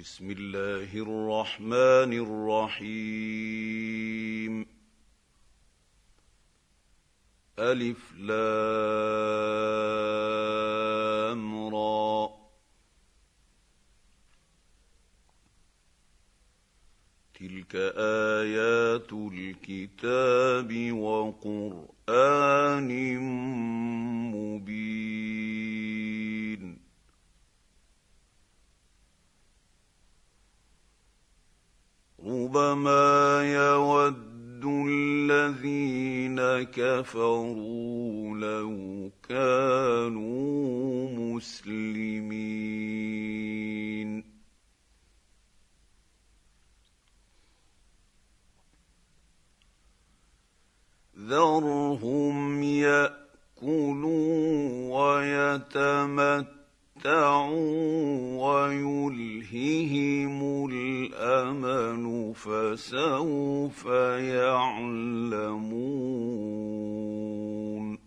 بسم الله الرحمن الرحيم. ألف لام را. تلك آيات الكتاب وقرآن مبين. ربما يود الذين كفروا لو كانوا مسلمين. ذرهم يأكلوا ويتمتعوا ويلههم الأمل فسوف يعلمون.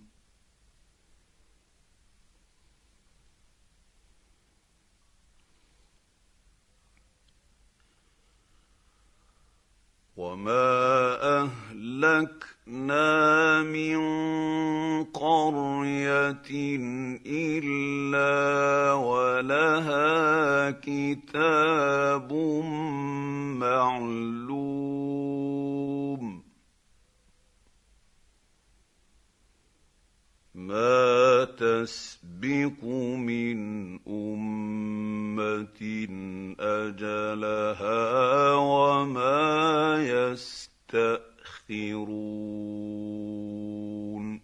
وما أهلكنا من قرية إلا ولها كتاب معلوم. ما تسبق من أمة أجلها وما يستأخرون.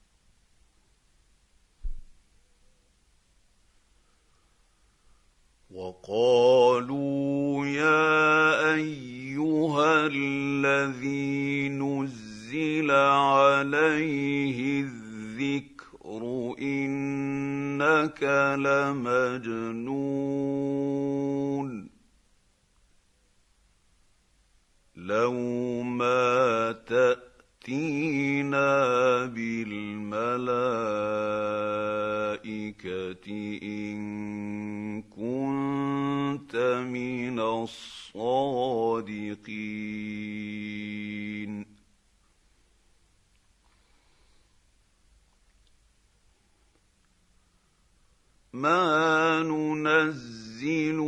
وقالوا يا أيها الذي نزل عليه الذكر إنك لمجنون. لو ما تأتينا بالملائكة إن كنت من الصادقين. ما ننزل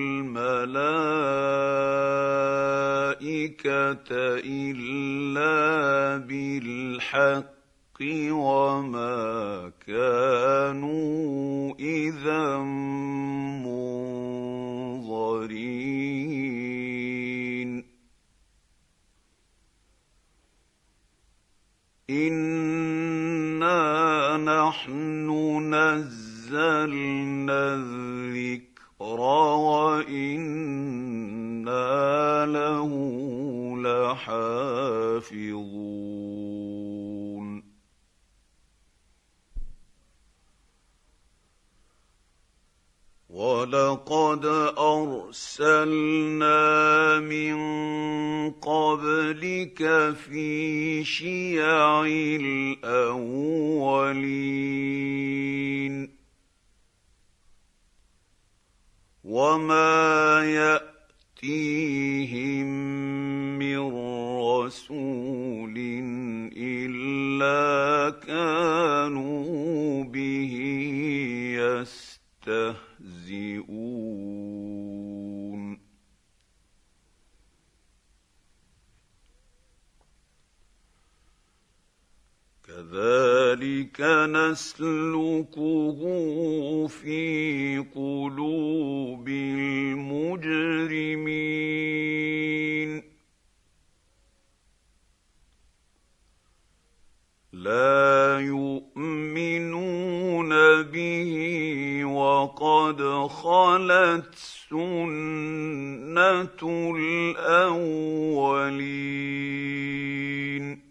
الملائكة إلا بالحق وما كانوا إذا منظرين. إنا نحن نزلنا الذكر وإنا له لحافظون. ولقد أرسلنا من قبلك في شيع الأولين. وما يأتيهم من رسول إلا كانوا به يستهزئون. كذلك نسلكه في قلوب المجرمين. لا يؤمنون به وقد خلت سنة الأولين.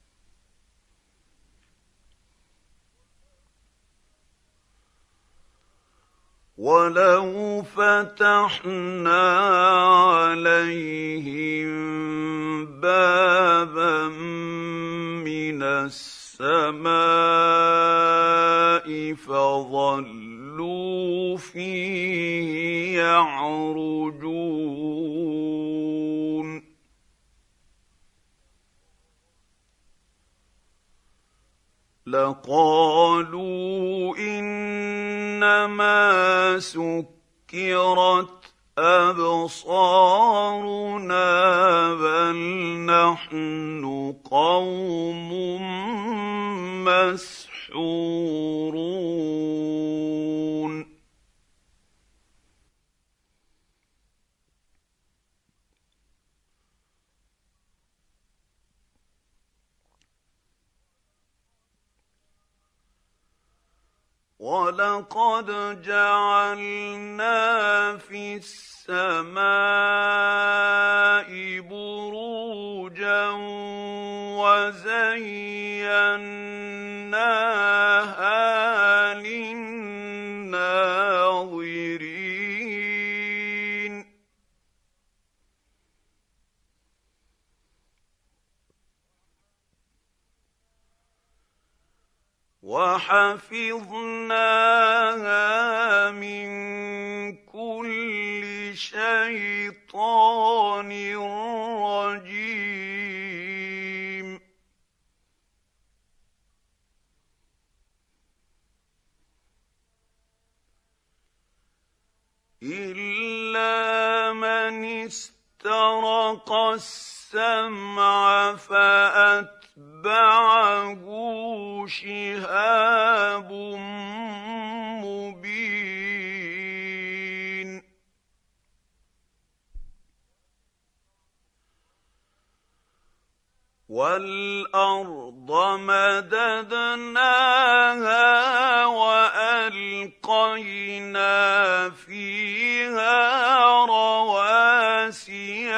ولو فتحنا عليهم بابا من السماء فظلوا فيه يعرجون لقالوا إنما سكرت أبصارنا بل نحن قوم مسحورون وَلَقَدْ جَعَلْنَا فِي السَّمَاءِ بُرُوجًا وَزَيَّنَّاهَا لِلنَّاظِرِينَ وَحَفِظْنَاهَا مِن كُلِّ شَيْطَانٍ رَّجِيمٍ إِلَّا مَنِ اسْتَرَقَ السَّمْعَ فَأَتْبَعَهُ شِهَابٌ مُّبِينٌ وَالْأَرْضَ مَدَدْنَاهَا وَأَلْقَيْنَا فِيهَا رَوَاسِيَ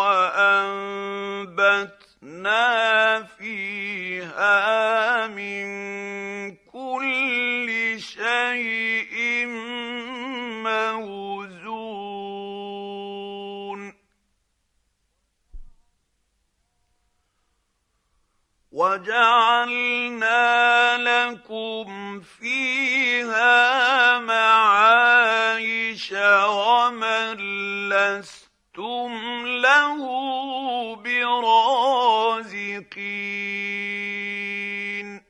وَأَنبَتْنَا فِيهَا مِن كُلِّ شَيْءٍ مَّوْزُونٍ وَجَعَلْنَا لَكُمْ فِيهَا مَعَايِشَ وَمَن لَّسْتُمْ لَهُ بِرَازِقِينَ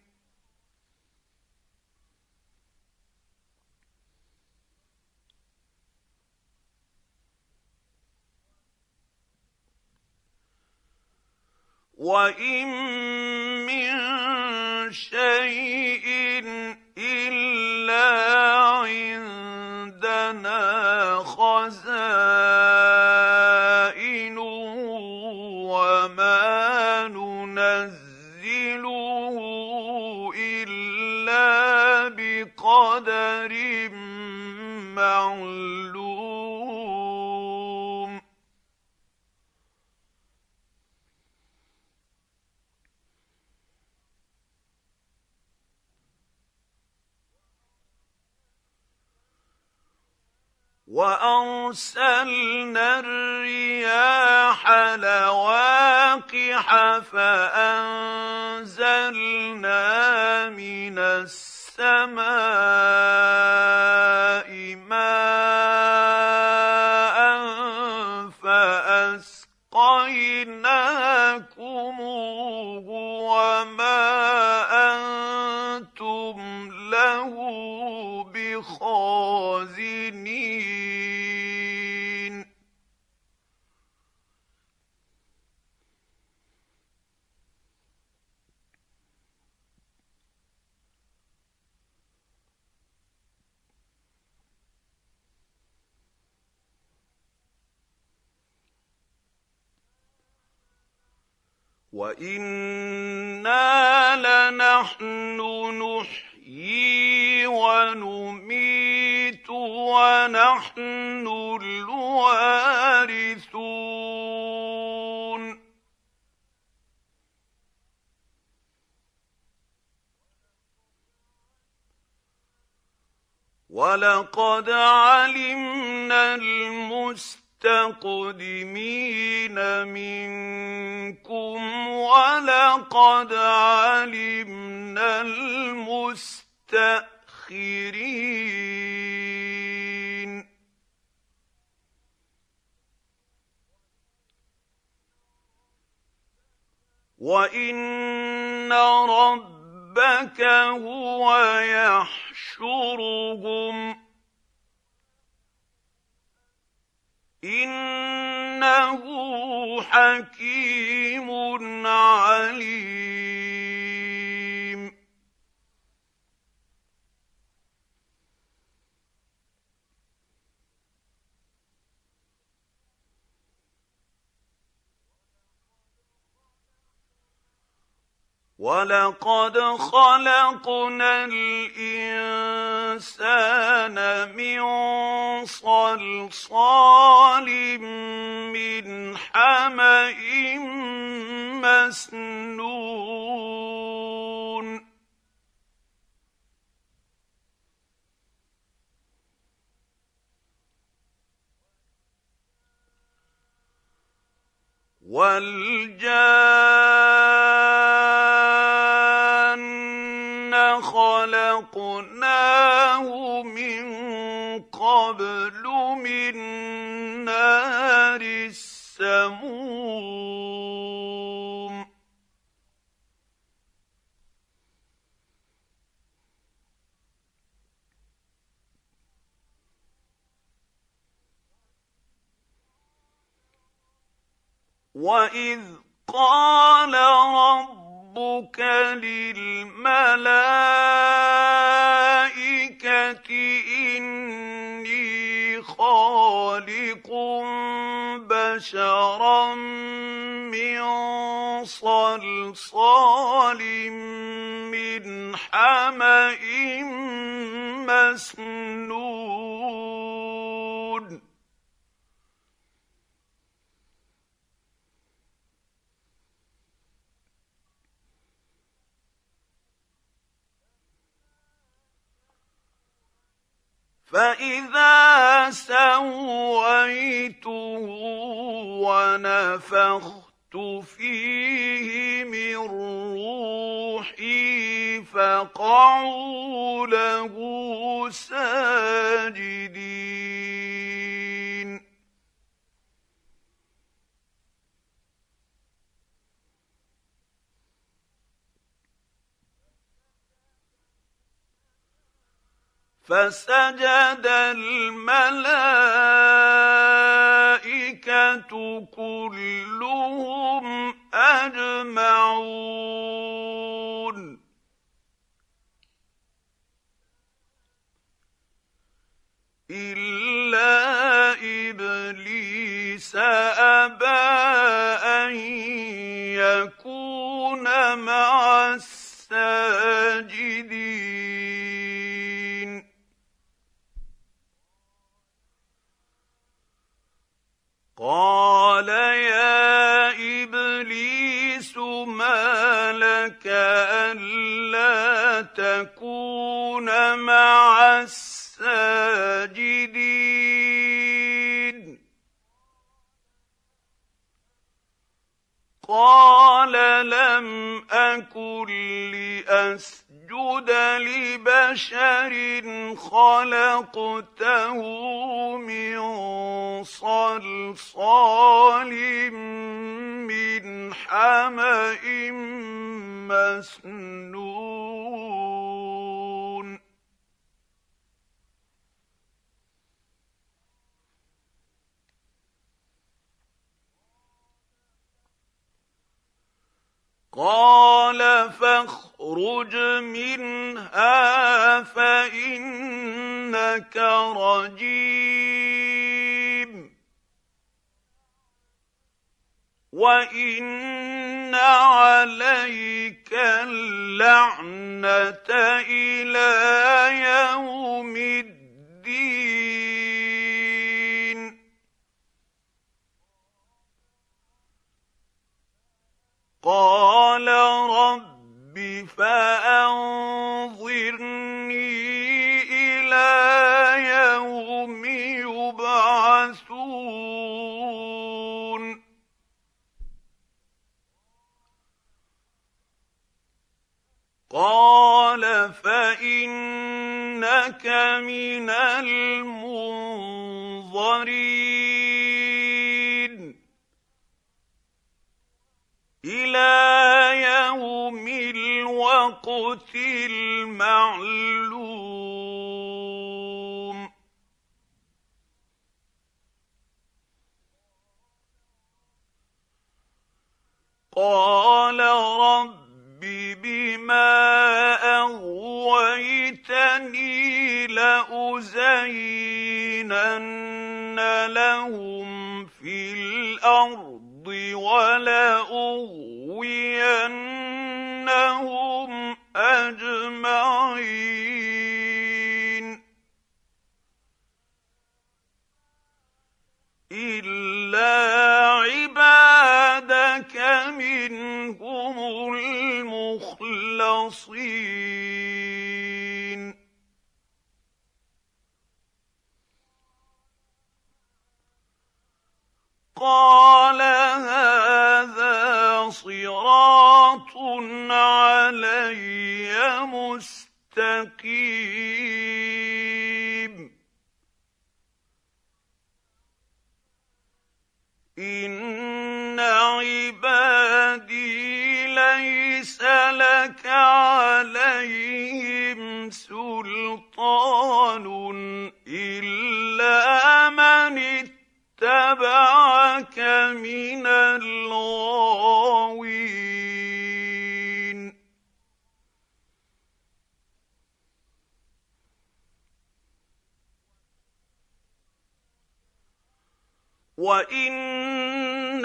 وَإِن مِّن شَيْءٍ إِلَّا عِندَنَا خَزَائِنُهُ وَمَا نُنَزِّلُهُ إِلَّا بِقَدَرٍ مَّعْلُومٍ وَأَرْسَلْنَا الرِّيَاحَ لَوَاقِحَ فَأَنزَلْنَا مِنَ السَّمَاءِ مَاءً فَأَسْقَيْنَاكُمُوهُ وَمَا أَنتُمْ لَهُ بِخَازِنِينَ وَإِنَّا لَنَحْنُ نُحْيِي وَنُمِيتُ وَنَحْنُ الْوَارِثُونَ وَلَقَدْ عَلِمْنَا الْمُسْتَقْدِمِينَ مِنكُمْ وَلَقَدْ عَلِمْنَا الْمُسْتَأْخِرِينَ الآخرين وإن ربك هو يحشرهم إنه حكيم عليم ولقد خلقنا الإنسان من صلصال من حمإ مسنون والجان خلقناه من قبل من نار السموم وإذ قال ربك للملائكة إني خالق بشرا من صلصال من حمإ مسنون فإذا سويته ونفخت فيه من روحي فقعوا له ساجدين فسجد الملائكة كلهم أجمعون إلا إبليس أبى أن يكون مع الساجدين قال يا إبليس ما لك ألا تكون مع الساجدين قال لم أكن لأسجد لبشر خلقته من صلصال من حمإ مسنون قال فاخرج منها فإنك رجيم وإن عليك اللعنة إلى يوم الدين قال رب فأنظرني إلى يوم يبعثون قال فإنك لك من المنظرين إلى يوم الوقت المعلوم قال رب بما أغويتني لأزينن لهم في الأرض ولأغوينهم أجمعين إلا عبادك منهم المخلصين قال هذا صراط علي مستقيم إن عبادي ليس لك عليهم سلطان إلا من اتبعك من الغاوين وإن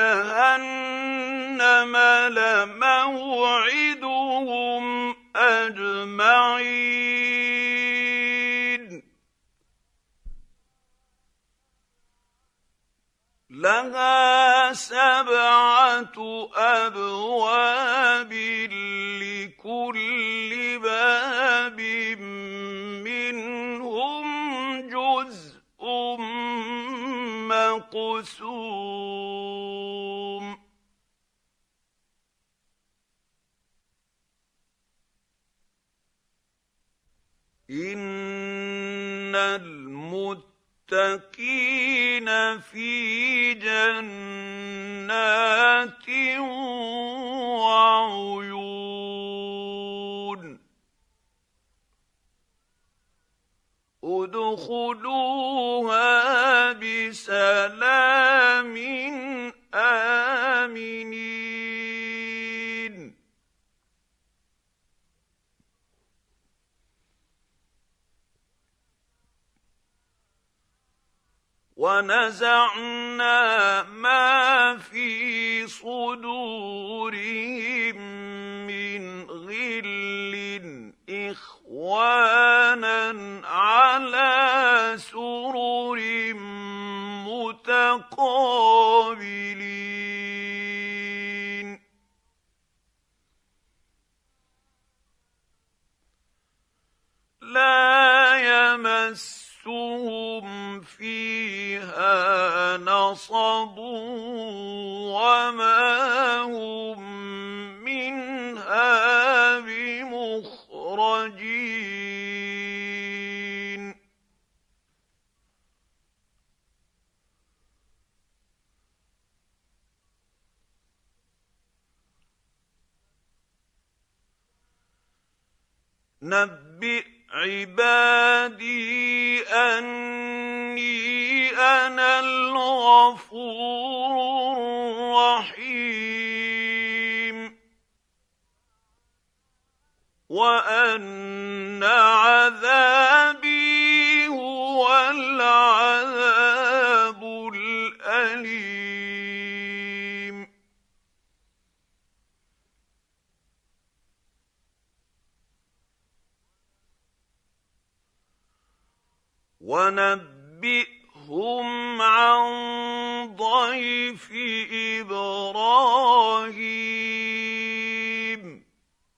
جهنم لموعدهم أجمعين لها 7 أبواب لكل باب منهم جزء مقسوم إن المتقين في جنات وعيون ادخلوها بسلام آمنين ونزعنا ما في صدورهم من غل إخوانا على سرر متقابلين لا يمسهم فيها نصب وما هم منها بمخرجين نبئ عبادي أني أنا الغفور الرحيم وأن عذابي هو العذاب الأليم ونبئهم عن ضيف إبراهيم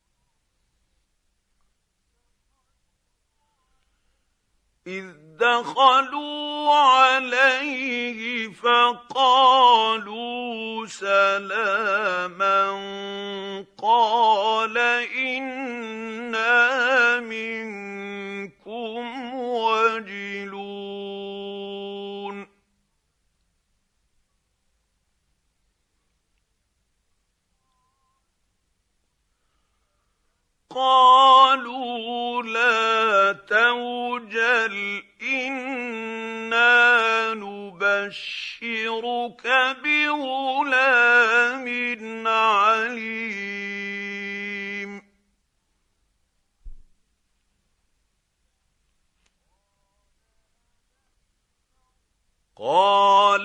إذ دخلوا عليه فقالوا سلاما قال إنا منكم قالوا لا توجل إنا نبشرك بغلام عليم قال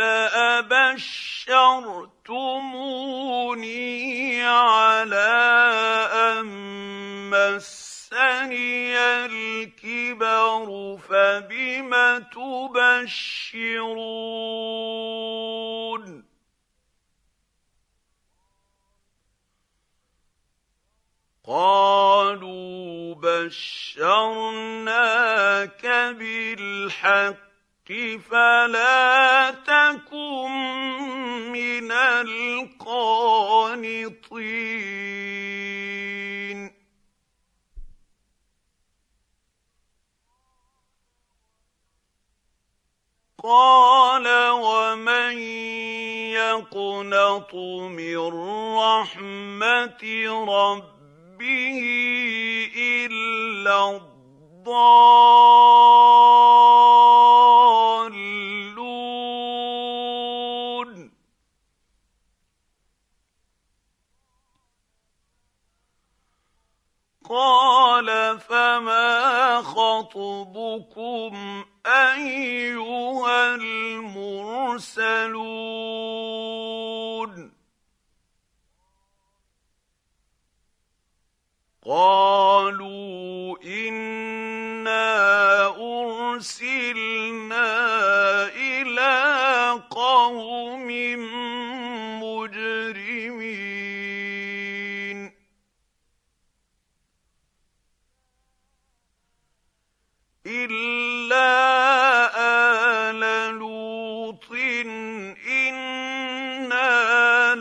أبشرتموني على أن مسني الكبر فبم تبشرون قالوا بشرناك بالحق فلا تكن من القانطين قال ومن يقنط من رحمة ربه إلا الضالون قال فما خطبكم أيها المرسلون قالوا إنا أرسلنا إلى قوم مجرمين إلا آل لوط إنا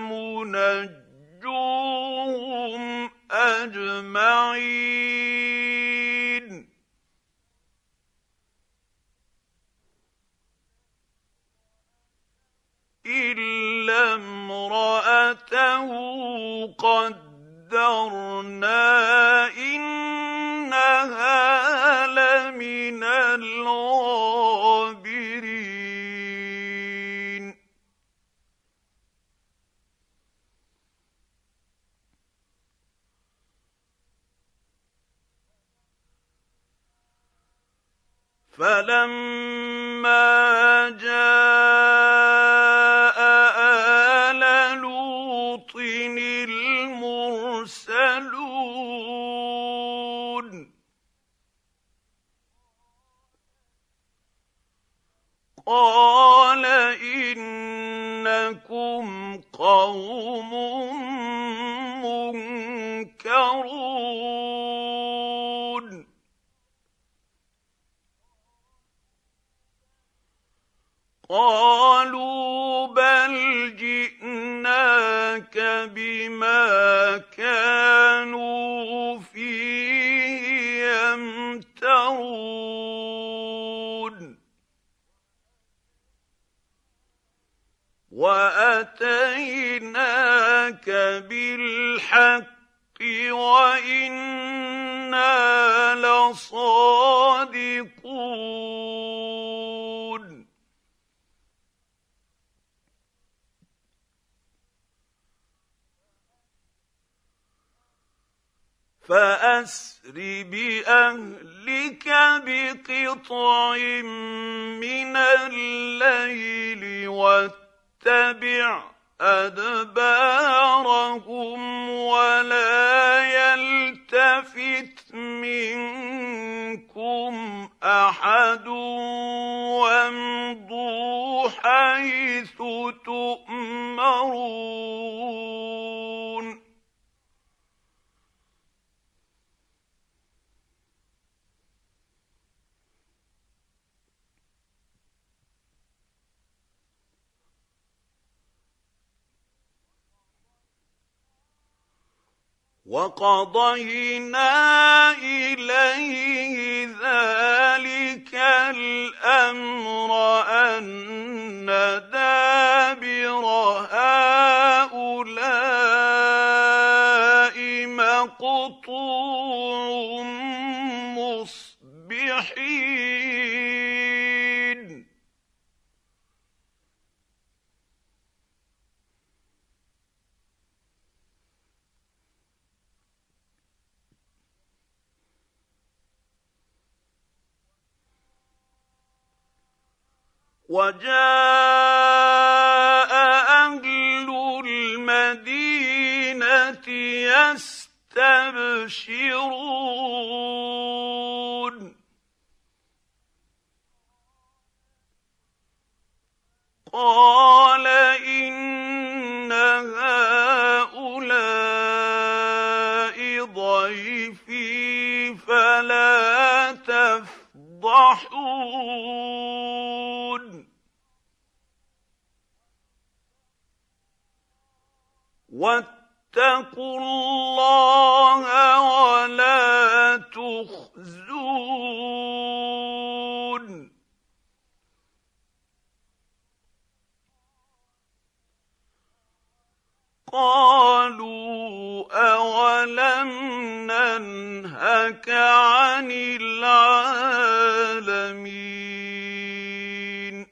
لمنجوهم أجمعين إلا امرأته قدرنا إنها لمن الغابرين فلما جاء آل لوط المرسلون قال إنكم قوم منكرون قالوا بل جئناك بما كانوا فيه يمترون وأتيناك بالحق وإنا لصادقون فأسر بأهلك بقطع من الليل واتبع أدبارهم ولا يلتفت منكم أحد وامضوا حيث تؤمرون وقضينا إليه ذلك الأمر أن دابر هؤلاء مقطوع حين وجاء أهل المدينة يستبشرون قال إن هؤلاء ضيفي فلا تفضحون واتقوا الله ولا تخزون قالوا أولم ننهك عن العالمين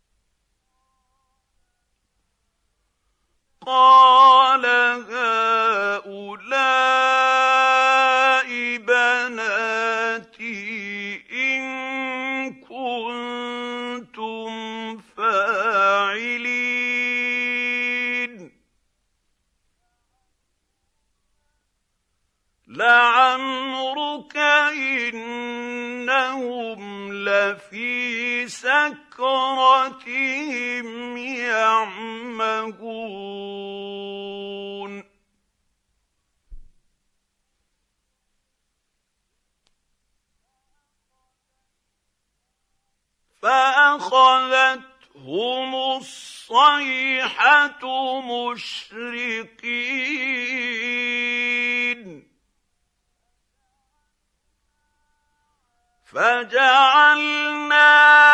قال هؤلاء بناتي إن كنتم فاعلين لعمرك إنهم لفي سكرتهم يعمهون فأخذتهم الصيحة مشرقين فجعلنا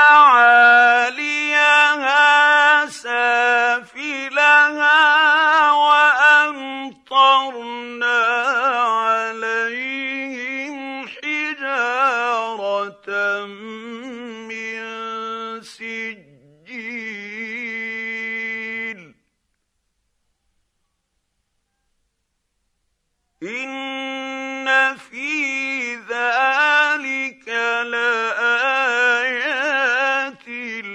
عاليها سافلها وأمطرنا عليهم حجارة من سجيل إن في ذلك لآيات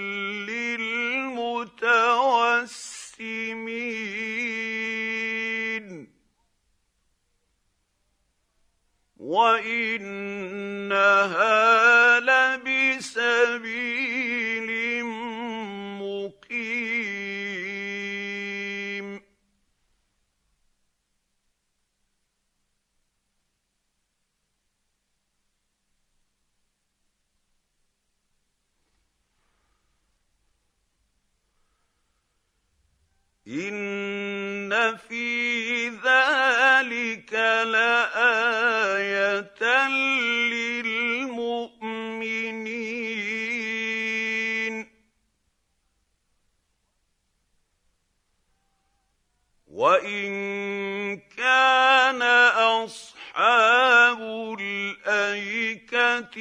للمتوسمين وإنها لبسبيل مقيم إن في ذلك لآية للمؤمنين وإن كان أصحاب الأيكة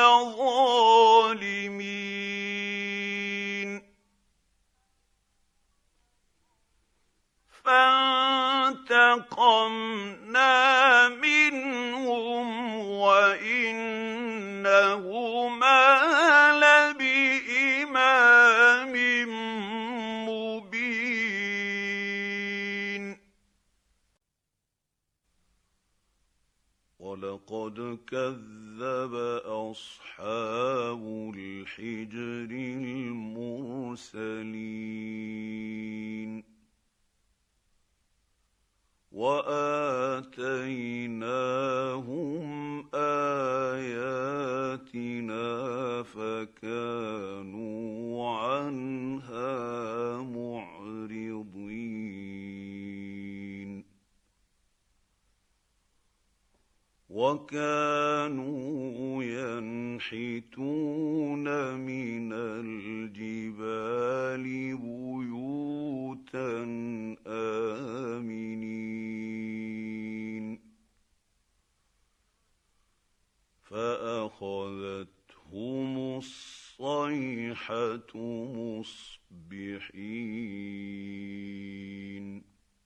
لظالمين فانتقمنا منهم وإنهما لبإمام مبين ولقد كذب أصحاب الحجر المرسلين وآتيناهم آياتنا فكانوا عنها معرضين وكانوا ينحتون من الجبال بيوتا آمنين فأخذتهم الصَّيْحَةُ مُصْبِحِينَ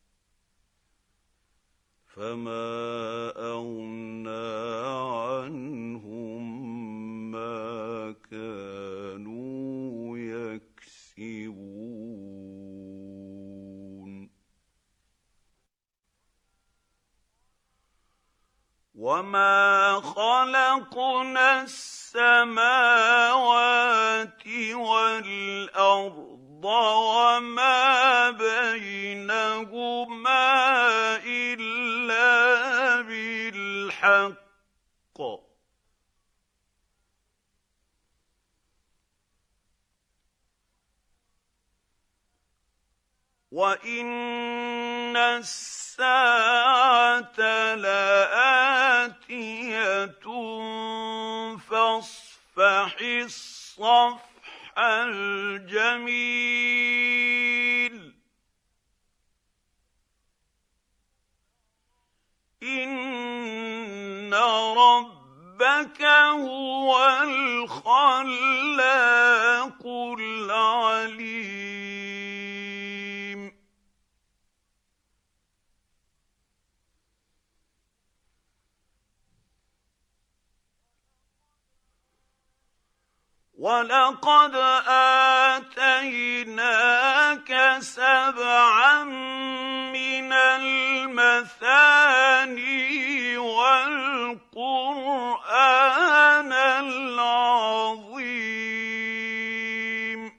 فَمَا أَغْنَىٰ عَنْهُم مَّا كَانُوا يَكْسِبُونَ وَمَا خَلَقْنَا السَّمَاوَاتِ وَالْأَرْضَ وَمَا بَيْنَهُمَا إِلَّا بِالْحَقِّ وَإِنَّ السَّاعَةَ لَآتِيَةٌ فَاصْفَحِ الصَّفْحَ الْجَمِيلَ إِنَّ رَبَّكَ هُوَ الْخَلَّاقُ الْعَلِيمُ وَلَقَدْ آتَيْنَاكَ سَبْعًا مِّنَ الْمَثَانِي وَالْقُرْآنَ الْعَظِيمَ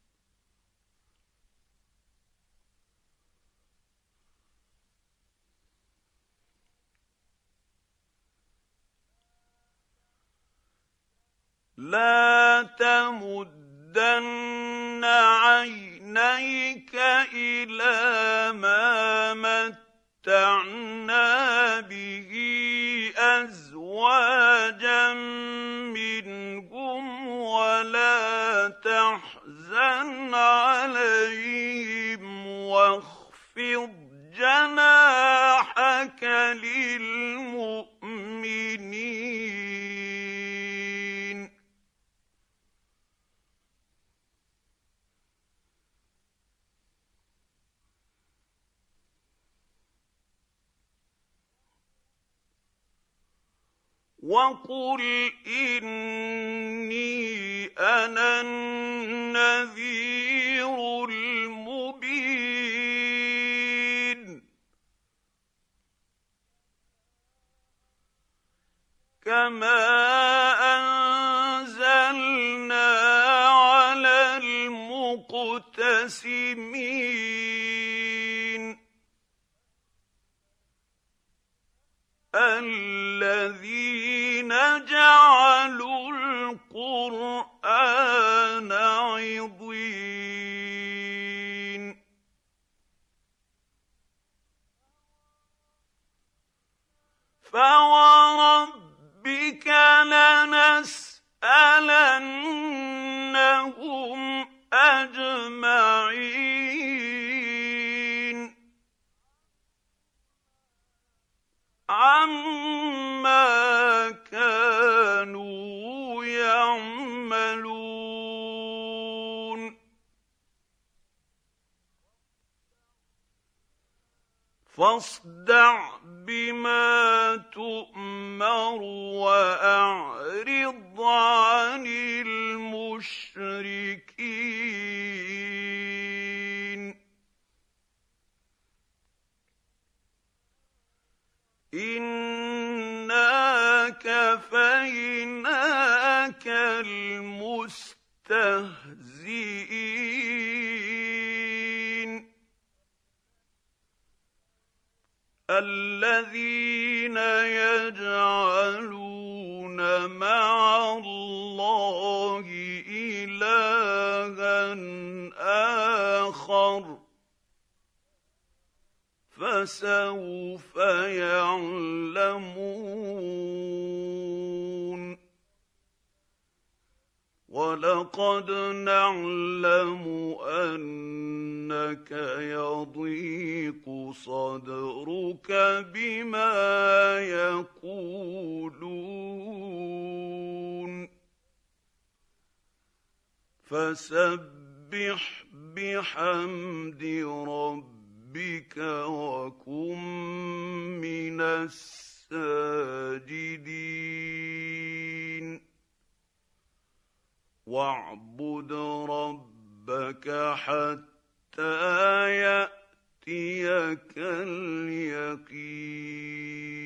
لَا تَمُدَّنَّ عَيْنَيْكَ إِلَىٰ مَا مَتَّعْنَا بِهِ أَزْوَاجًا مِّنْهُمْ وَلَا تَحْزَنْ عَلَيْهِمْ وَاخْفِضْ جَنَاحَكَ لِلْمُؤْمِنِينَ وَقُلْ إِنِّي أَنَا النَّذِيرُ الْمُبِينُ كَمَا أَنزَلْنَا عَلَى الْمُقْتَسِمِينَ الَّذِينَ جَعَلُوا الْقُرْآنَ عِضِينَ فَوَرَبِّكَ لَنَسْأَلَنَّهُمْ أَجْمَعِينَ عَمَّا كَانُوا يَعْمَلُونَ فَاصْدَعْ بِمَا تُؤْمَرُ وَأَعْرِضْ عَنِ الْمُشْرِكِينَ إِنَّا كَفَيْنَاكَ الْمُسْتَهْزِئِينَ الَّذِينَ يَجْعَلُونَ مَعَ اللَّهِ إِلَٰهًا آخَرَ فَسَوْفَ يَعْلَمُونَ وَلَقَدْ نَعْلَمُ أَنَّكَ يَضِيقُ صَدْرُكَ بِمَا يَقُولُونَ فسبح بحمد ربك وكن من الساجدين واعبد ربك حتى يأتيك اليقين.